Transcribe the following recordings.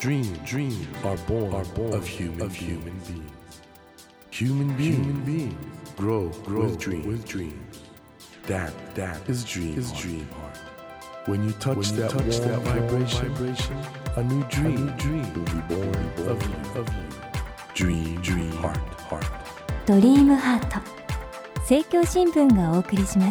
Dreams are born of human beings. Human beings grow with dreams. That is dream heart. When you touch that warm vibration, a new dream will be born of you. Dream heart. ドリームハート、政教新聞がお送りします。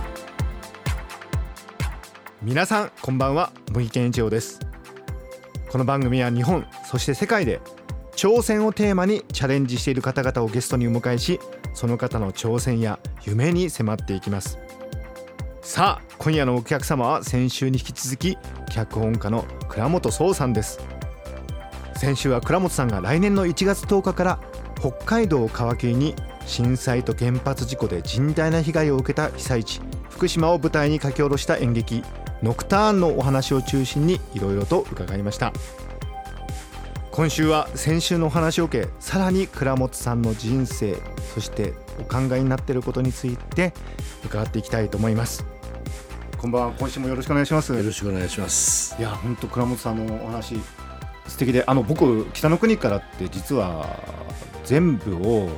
皆さんこんばんは、茂木健一郎です。この番組は日本そして世界で挑戦をテーマにチャレンジしている方々をゲストにお迎えし、その方の挑戦や夢に迫っていきます。さあ今夜のお客様は先週に引き続き脚本家の倉本壮さんです。先週は倉本さんが来年の1月10日から北海道を皮切りに震災と原発事故で甚大な被害を受けた被災地福島を舞台に書き下ろした演劇ノクターンのお話を中心にいろいろと伺いました。今週は先週のお話を受け、さらに倉本さんの人生、そしてお考えになっていることについて伺っていきたいと思います。こんばんは、今週もよろしくお願いします。 よろしくお願いします。 いや本当倉本さんのお話素敵で、僕北の国からって実は全部を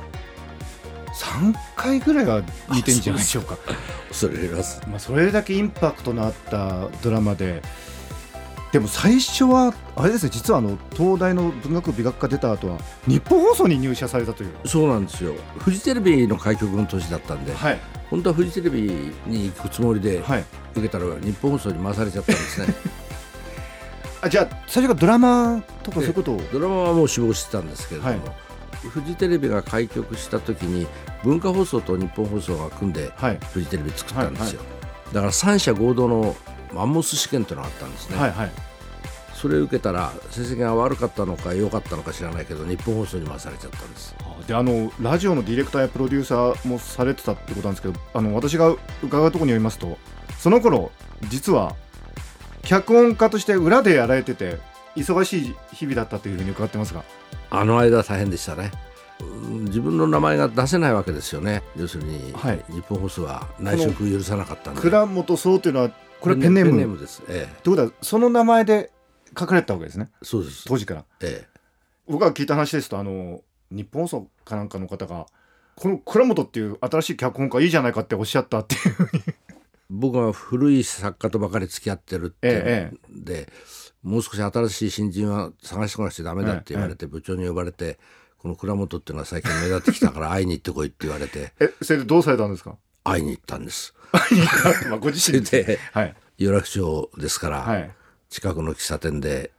3回ぐらいは見てんじゃないでしょうか。 それそれだけインパクトのあったドラマで、でも最初はあれですね、実は東大の文学美学科出た後は日本放送に入社されたという。 そうなんですよ。フジテレビの開局の年だったんで、 はい、 本当はフジテレビに行くつもりで、受けたら日本放送に回されちゃったんですね。 じゃあ最初からドラマとかそういうことを。 ドラマはもう志望してたんですけれども、フジテレビが開局した時に文化放送と日本放送が組んでフジテレビ作ったんですよ。だから3社合同のマンモス試験というのがあったんですね。それを受けたら成績が悪かったのか良かったのか知らないけど日本放送に回されちゃったんです。 でラジオのディレクターやプロデューサーもされてたってことなんですけど、私が伺うところによりますと、その頃実は脚本家として裏でやられてて忙しい日々だったというふうに伺ってますが。 あの間大変でしたね。自分の名前が出せないわけですよね。要するに、日本放送は内職許さなかったんで。 倉本壮というのはこれはペンネームです。 ということはその名前で書かれたわけですね。 そうです。 当時から、僕が聞いた話ですと、日本放送かなんかの方がこの倉本っていう新しい脚本家いいじゃないかっておっしゃったっていうふうに。 僕は古い作家とばかり付き合ってるっていうので、もう少し新しい新人は探してこなくちゃダメだって言われて、部長に呼ばれて、この倉本っていうのは最近目立ってきたから会いに行ってこいって言われてそれでどうされたんですか。 会いに行ったんです。 会いに行ったご自身で、有楽町ですから、近くの喫茶店で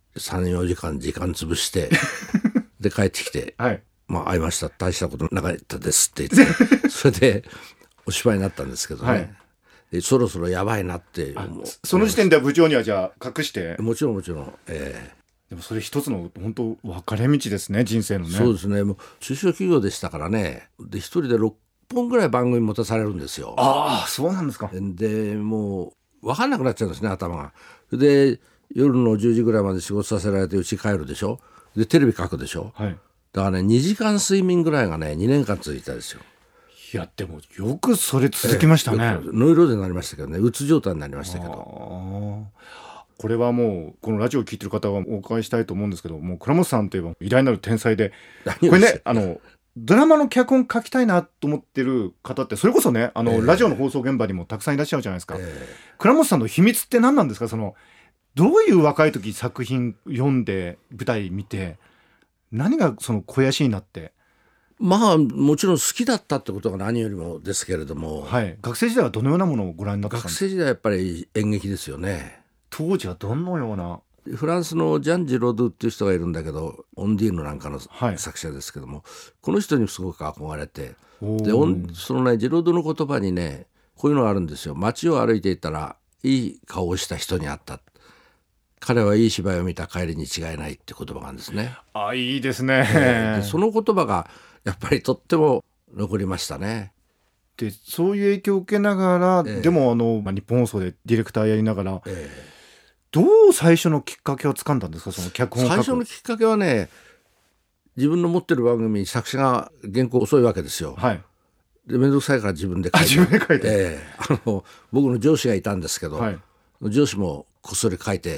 3,4 時間潰してで帰ってきて、会いました、大したことなかったですって言ってそれでお芝居になったんですけどね、でそろそろやばいなって。 その時点では部長にはじゃあ隠して。 もちろん、 でもそれ一つの本当分かれ道ですね、人生のね。 そうですね。もう中小企業でしたからね。で一人で6本ぐらい番組持たされるんですよ。 そうなんですか。 でもう分かんなくなっちゃうんですね、頭が。で夜の10時ぐらいまで仕事させられて家帰るでしょ。でテレビ書くでしょ、だからね2時間睡眠ぐらいがね2年間続いたですよ。 いやでもよくそれ続きましたね。 ノイローゼになりましたけどね、うつ状態になりましたけど。 これはもうこのラジオを聞いてる方はお伺いしたいと思うんですけど、もう倉本さんといえば偉大なる天才で、これねドラマの脚本書きたいなと思ってる方ってそれこそねラジオの放送現場にもたくさんいらっしゃるじゃないですか。倉本さんの秘密って何なんですか。どういう若い時作品読んで舞台見て何が肥やしになって。 もちろん好きだったってことが何よりもですけれども、 学生時代はどのようなものをご覧になってたんですか。 学生時代はやっぱり演劇ですよね。 当時はどのような。 フランスのジャン・ジロドゥっていう人がいるんだけど、オンディーヌなんかの作者ですけども、この人にすごく憧れて、でそのねジロドゥの言葉にねこういうのがあるんですよ。街を歩いていたらいい顔をした人に会った、彼はいい芝居を見た帰りに違いないって言葉があるんですね。 いいですね。 でその言葉がやっぱりとっても残りましたね。 でそういう影響を受けながら、でも日本放送でディレクターやりながら、どう最初のきっかけをつかんだんですか。その脚本を書く最初のきっかけはね、自分の持ってる番組に作者が原稿遅いわけですよ。で面倒くさいから自分で書いて、僕の上司がいたんですけど、上司もこっそり書いて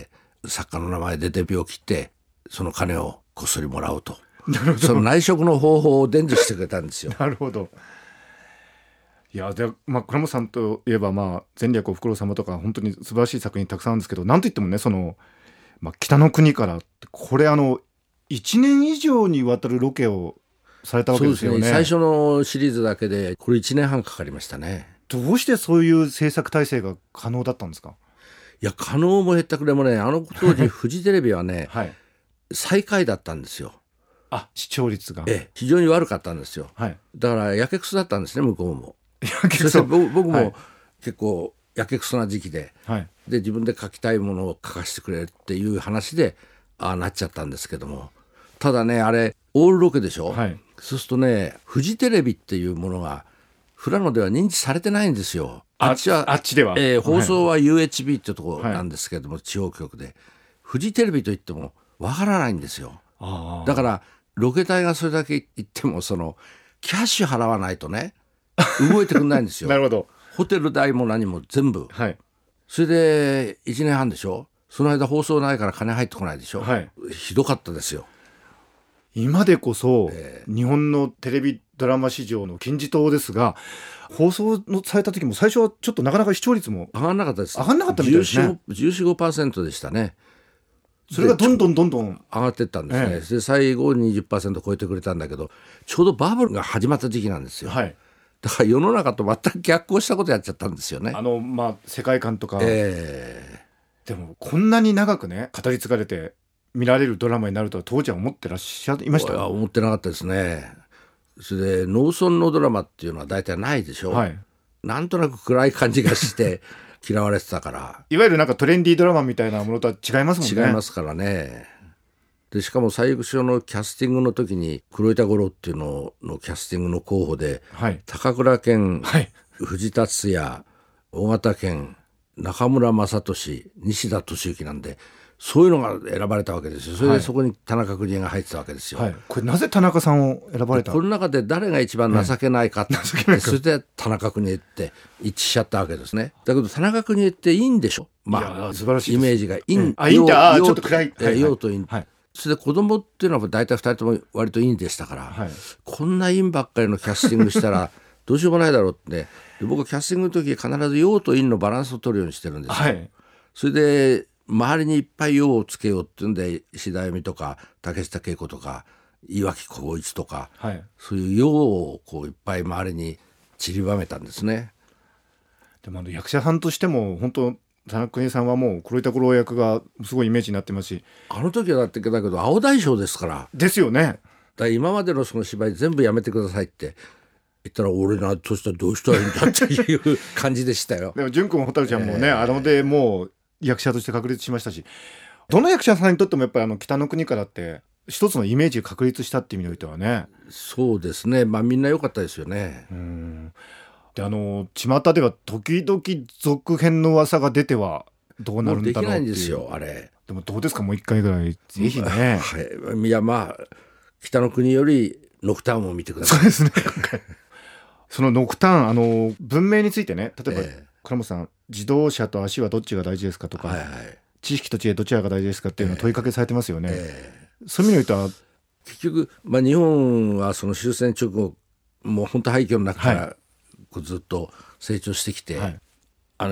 作家の名前で伝票を切ってその金をこっそりもらうと。 なるほど。 その内職の方法を伝授してくれたんですよ。 なるほど。いやで、倉本さんといえば、前略おふくろ様とか本当に素晴らしい作品たくさんあるんですけど、なんといってもね、北の国からこれ1年以上にわたるロケをされたわけですよね。 そうですね。最初のシリーズだけでこれ1年半かかりましたね。 どうしてそういう制作体制が可能だったんですか？ いや、可能もへったくれもね、あの当時フジテレビはね、 はい、 最下位だったんですよ。 視聴率が、 非常に悪かったんですよ、 はい、 だからやけくそだったんですね、向こうも。 そして僕も、 はい、 結構やけくそな時期で、 はい、 で自分で書きたいものを書かせてくれっていう話でああなっちゃったんですけども、ただね、あれオールロケでしょ、 はい、 そうするとね、フジテレビっていうものが富良野では認知されてないんですよ。あっちでは、 放送は UHB っていうところなんですけれども、地方局でフジテレビといってもわからないんですよ。だからロケ隊がそれだけ行ってもキャッシュ払わないとね動いてくんないんですよ。 なるほど。 ホテル代も何も全部、 はい、 それで1年半でしょ。その間放送ないから金入ってこないでしょ、 はい、 ひどかったですよ。 今でこそ、日本のテレビドラマ史上の金字塔ですが、放送された時も最初はちょっとなかなか視聴率も上がんなかったです。 上がんなかったみたいですね。 14-15% でしたね。 それがどんどん上がっていったんですね、で最後 20% 超えてくれたんだけど、ちょうどバブルが始まった時期なんですよ、 はい、 だから世の中と全く逆行したことやっちゃったんですよね。 世界観とか、でもこんなに長くね語り継がれて見られるドラマになるとは当時は思ってらっしゃいました？ 思ってなかったですね。それで農村のドラマっていうのは大体ないでしょ、はい、なんとなく暗い感じがして嫌われてたからいわゆるなんかトレンディードラマみたいなものとは違いますもんね。 違いますからね。でしかも最初のキャスティングの時に黒板五郎っていうののキャスティングの候補で、はい、高倉健、はい、藤達也、尾形健、中村雅俊、西田敏行なんで、そういうのが選ばれたわけですよ。それでそこに田中邦衛が入ってたわけですよ、はい、 これなぜ田中さんを選ばれた？ この中で誰が一番情けないかって、それで田中邦衛って一致しちゃったわけですね。だけど田中邦衛っていいんでしょ、 素晴らしいです。 イメージがいいん、 ちょっと暗い、 陽と陰、はい、それで子供っていうのは大体2人とも割と陰でしたから、はい、こんな陰ばっかりのキャスティングしたらどうしようもないだろうって、で僕はキャスティングの時必ず陽と陰のバランスを取るようにしてるんですよ、はい、それで周りにいっぱい陽をつけようっていうんで、石田由美とか竹下景子とか岩城浩一とか、はい、そういう陽をこういっぱい周りに散りばめたんですね。 でも役者さんとしても本当田中邦衛さんはもう黒板五郎役がすごいイメージになってますし、 あの時はだってだけど青大将ですからですよね。 だから今までのその芝居全部やめてくださいって言ったら、俺なとしたらどうしたらいいんだっていう感じでしたよ。 でも淳君蛍ちゃんもね、でもう役者として確立しましたし、どの役者さんにとってもやっぱり北の国からって一つのイメージを確立したっていう意味においてはね。 そうですね、みんな良かったですよね。 で巷では時々続編の噂が出てはどうなるんだろうっていう。 もうできないんですよあれ。 でもどうですか、もう一回ぐらいぜひね、 はい、いや北の国よりノクターンを見てください。 そうですねそのノクターン文明についてね、例えば、倉本さん、自動車と足はどっちが大事ですかとか、はいはい、知識と知恵どちらが大事ですかっていうのを問いかけされてますよね、そういう意味においては結局、日本はその終戦直後もう本当廃墟の中からずっと成長してきて、はい、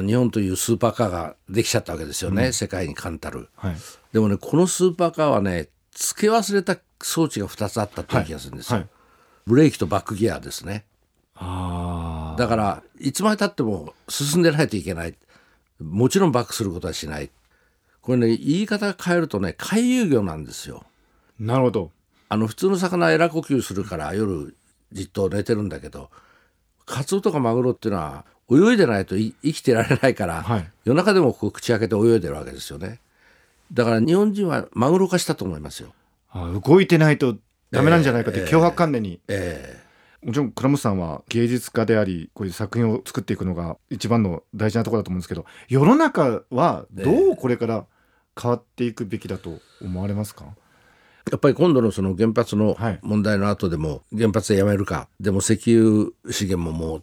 日本というスーパーカーができちゃったわけですよね、世界に冠たる、はい、でもね、このスーパーカーはね、付け忘れた装置が2つあったという気がするんですよ、ブレーキとバックギアですね。だからいつまでたっても進んでないといけない。もちろんバックすることはしない。これね、言い方変えるとね、回遊魚なんですよ。 なるほど。 普通の魚はエラ呼吸するから夜じっと寝てるんだけど、カツオとかマグロっていうのは泳いでないと生きてられないから、はい、夜中でもこう口開けて泳いでるわけですよね。だから日本人はマグロ化したと思いますよ。 動いてないとダメなんじゃないかって強迫観念に、もちろん倉本さんは芸術家であり、こういう作品を作っていくのが一番の大事なところだと思うんですけど、世の中はどうこれから変わっていくべきだと思われますか？ やっぱり今度のその原発の問題の後でも、原発でやめるか、でも石油資源ももう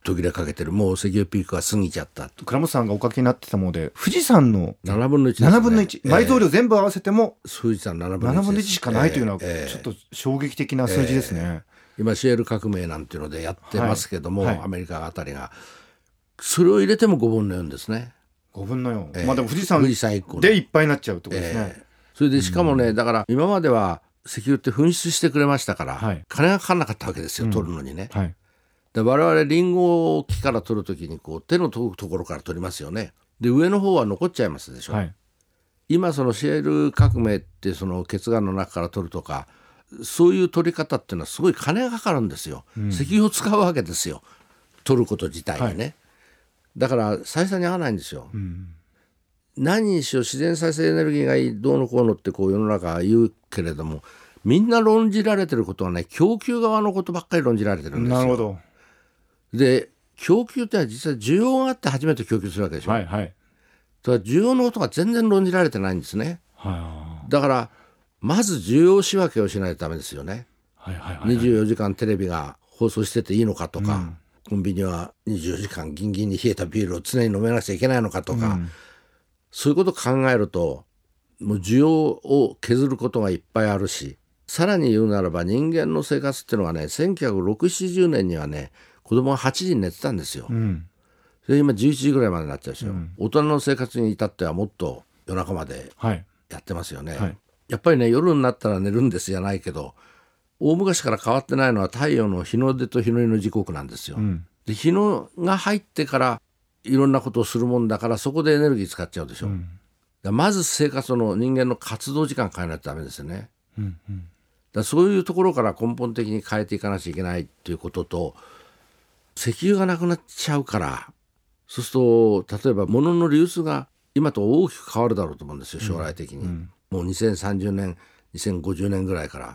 途切れかけてる。もう石油ピークは過ぎちゃった。 倉本さんがお書きになってたもので、富士山の 7分の1ですね。 7分の1、埋蔵量全部合わせても富士山7分の1です。 しかないというのはちょっと衝撃的な数字ですね。 今シェール革命なんていうのでやってますけども、 はいアメリカあたりがそれを入れても5分の4ですね。 5分の4、まあでも富士山 1個でいっぱいになっちゃうってことですね。 それでしかもね、だから今までは石油って噴出してくれましたから、 はい金がかかんなかったわけですよ、取るのにね。 はい、 で我々リンゴを木から取るときにこう手の届くところから取りますよね。で上の方は残っちゃいますでしょ、 はい、 今そのシェール革命ってその血岩の中から取るとかそういう取り方っていうのはすごい金がかかるんですよ、石油を使うわけですよ、取ること自体にね、だから採算に合わないんですよ、何にしろ自然再生エネルギーがいいどうのこうのってこう世の中は言うけれども、みんな論じられてることはね、供給側のことばっかり論じられてるんですよ。 なるほど。 で供給ってのは実は需要があって初めて供給するわけでしょ、 はいはい、 だから需要のことが全然論じられてないんですね、だからまず需要仕分けをしないとダメですよね、24時間テレビが放送してていいのかとか、コンビニは24時間ギンギンに冷えたビールを常に飲めなくちゃいけないのかとか、そういうことを考えるともう需要を削ることがいっぱいあるし、さらに言うならば人間の生活っていうのはね、1960、70年にはね子供が8時に寝てたんですよ、で今11時ぐらいまでになっちゃうんですよ、大人の生活に至ってはもっと夜中までやってますよね、やっぱりね夜になったら寝るんですじゃないけど、大昔から変わってないのは太陽の日の出と日の入りの時刻なんですよ、で日のが入ってからいろんなことをするもんだから、そこでエネルギー使っちゃうでしょ、まず生活の人間の活動時間変えないとダメですよね、だそういうところから根本的に変えていかなきゃいけないっていうことと、石油がなくなっちゃうから、そうすると例えば物の流通が今と大きく変わるだろうと思うんですよ、将来的に、もう2030年2050年ぐらいから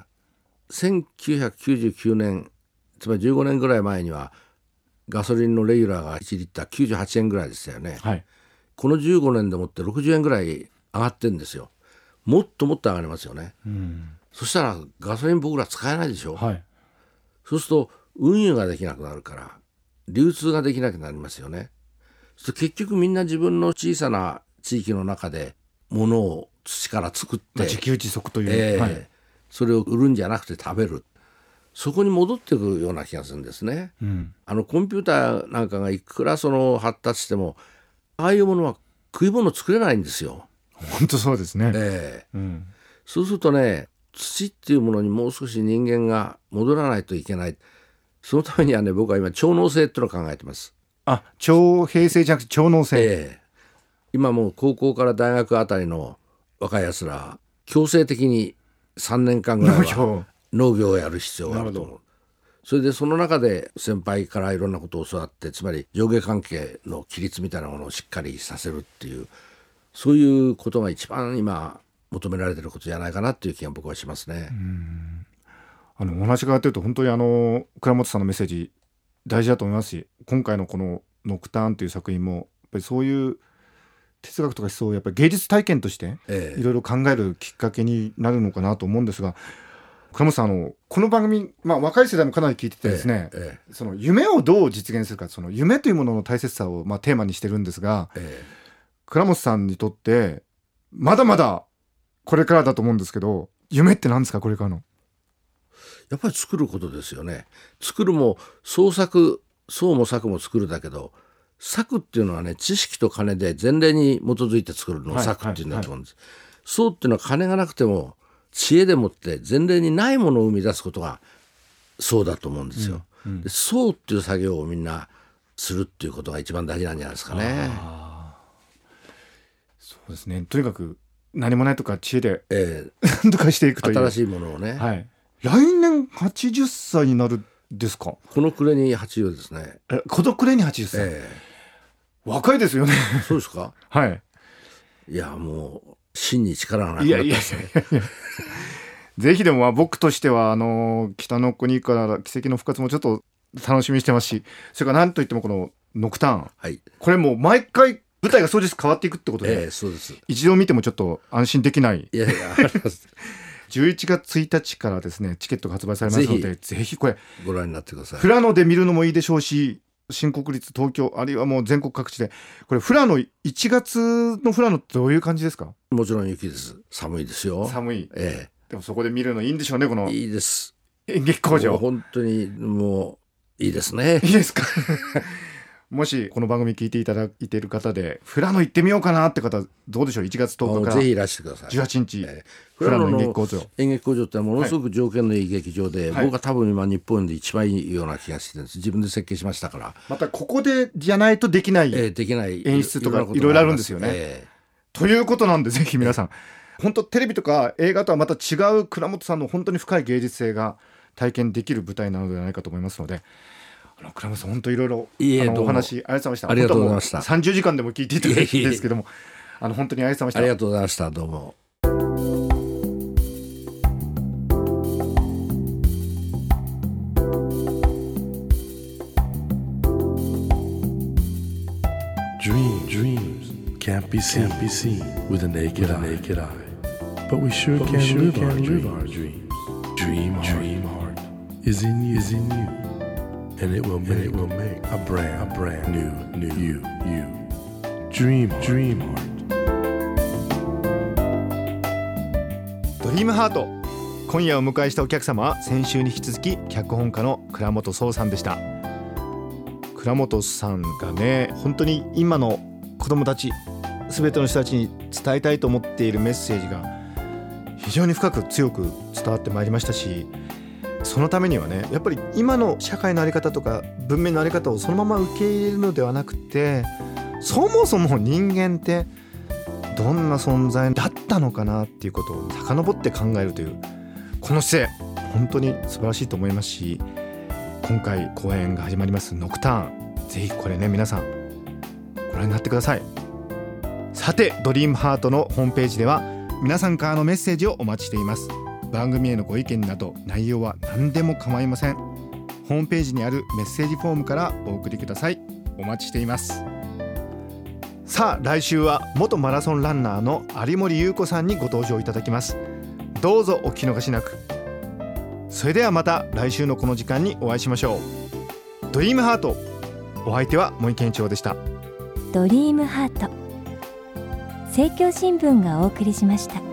。1999年つまり15年ぐらい前にはガソリンのレギュラーが1リッター98円ぐらいでしたよね、この15年でもって60円ぐらい上がってるんですよ。もっともっと上がりますよね、そしたらガソリン僕ら使えないでしょ、そうすると運輸ができなくなるから流通ができなくなりますよね。そうすると結局みんな自分の小さな地域の中で物を土から作って、 自給自足という、 それを売るんじゃなくて食べる、そこに戻ってくるような気がするんですね、コンピューターなんかがいくらその発達してもああいうものは食い物作れないんですよ。 本当そうですね、 そうするとね、土っていうものにもう少し人間が戻らないといけない。そのためにはね、僕は今超能性っていうのを考えてます。 超平成じゃなくて超能性、 今もう高校から大学あたりの若いやつら強制的に3年間ぐらいは農業をやる必要があると思う。それでその中で先輩からいろんなことを教わって、つまり上下関係の規律みたいなものをしっかりさせるっていう、そういうことが一番今求められていることじゃないかなっていう気が僕はしますね。 お話があってると本当に倉本さんのメッセージ大事だと思いますし、今回のこのノクターンという作品もやっぱりそういう哲学とか思想をやっぱり芸術体験としていろいろ考えるきっかけになるのかなと思うんですが、倉本さんこの番組、若い世代もかなり聞いててですね、その夢をどう実現するか、その夢というものの大切さをテーマにしてるんですが、倉本さんにとってまだまだこれからだと思うんですけど、夢って何ですか、これからの。 やっぱり作ることですよね。作るも創も作も作るだけど、作っていうのはね、知識と金で前例に基づいて作るのを作っていうんだと思うんです、創っていうのは金がなくても知恵でもって前例にないものを生み出すことが創だと思うんですよ、で創っていう作業をみんなするっていうことが一番大事なんじゃないですかね。 そうですね、とにかく何もないとか知恵で何とかしていくという新しいものをね、 来年80歳になるですか。 この暮れに80ですね。 この暮れに80歳、若いですよね。 そうですか。いやもう真に力がなくなったですね。 ぜひでも僕としては北の国から奇跡の復活もちょっと楽しみにしてますし、それから何といってもこのノクターン、これもう毎回舞台がそうです変わっていくってことで、 そうです。 一度見てもちょっと安心できない。 あります。 11月1日からですねチケットが発売されますので、ぜひこれご覧になってください。 富良野で見るのもいいでしょうし、 新国立、東京、あるいはもう全国各地でこれ富良野、1月の富良野ってどういう感じですか？ もちろん雪です。寒いですよ。 寒い、でもそこで見るのいいんでしょうね。このいいです。 演劇工場、 本当にもういいですね。 いいですかもしこの番組聞いていただいている方で富良野行ってみようかなって方、どうでしょう。1月10日からぜひいらしてください。 18日、富良野演劇工場。 演劇工場ってものすごく条件のいい劇場で、僕は多分今日本で一番いいような気がしてるんです。自分で設計しましたから。 またここでじゃないとできない、 できない演出とかいろいろあるんですよね、ということなんで、ぜひ皆さん、本当テレビとか映画とはまた違う倉本さんの本当に深い芸術性が体験できる舞台なのではないかと思いますので、倉本さん本当いろいろお話ありがとうございました。 ありがとうございました。 30時間でも聞いていただいてですけども、本当にありがとうございました。 ありがとうございました。どうも。 Dreams can't be seen with the naked eye. But we sure can live our dreams. Dream heart is in you. And it will make a brand new you. Dream heart. ドリームハート、今夜お迎えしたお客様は先週に引き続き脚本家の倉本壮さんでした。倉本さんがね、本当に今の子どもたち、全ての人たちに伝えたいと思っているメッセージが非常に深く強く伝わってまいりましたし、そのためにはね、やっぱり今の社会の在り方とか文明の在り方をそのまま受け入れるのではなくて、そもそも人間ってどんな存在だったのかなっていうことを遡って考えるという、この姿勢本当に素晴らしいと思いますし、今回公演が始まりますノクターン、ぜひこれね、皆さんご覧になってください。さて、ドリームハートのホームページでは皆さんからのメッセージをお待ちしています。番組へのご意見など内容は何でも構いません。ホームページにあるメッセージフォームからお送りください。お待ちしています。さあ、来週は元マラソンランナーの有森裕子さんにご登場いただきます。どうぞお聞き逃しなく。それではまた来週のこの時間にお会いしましょう。ドリームハート、お相手は森健一郎でした。 ドリームハート、政教新聞がお送りしました。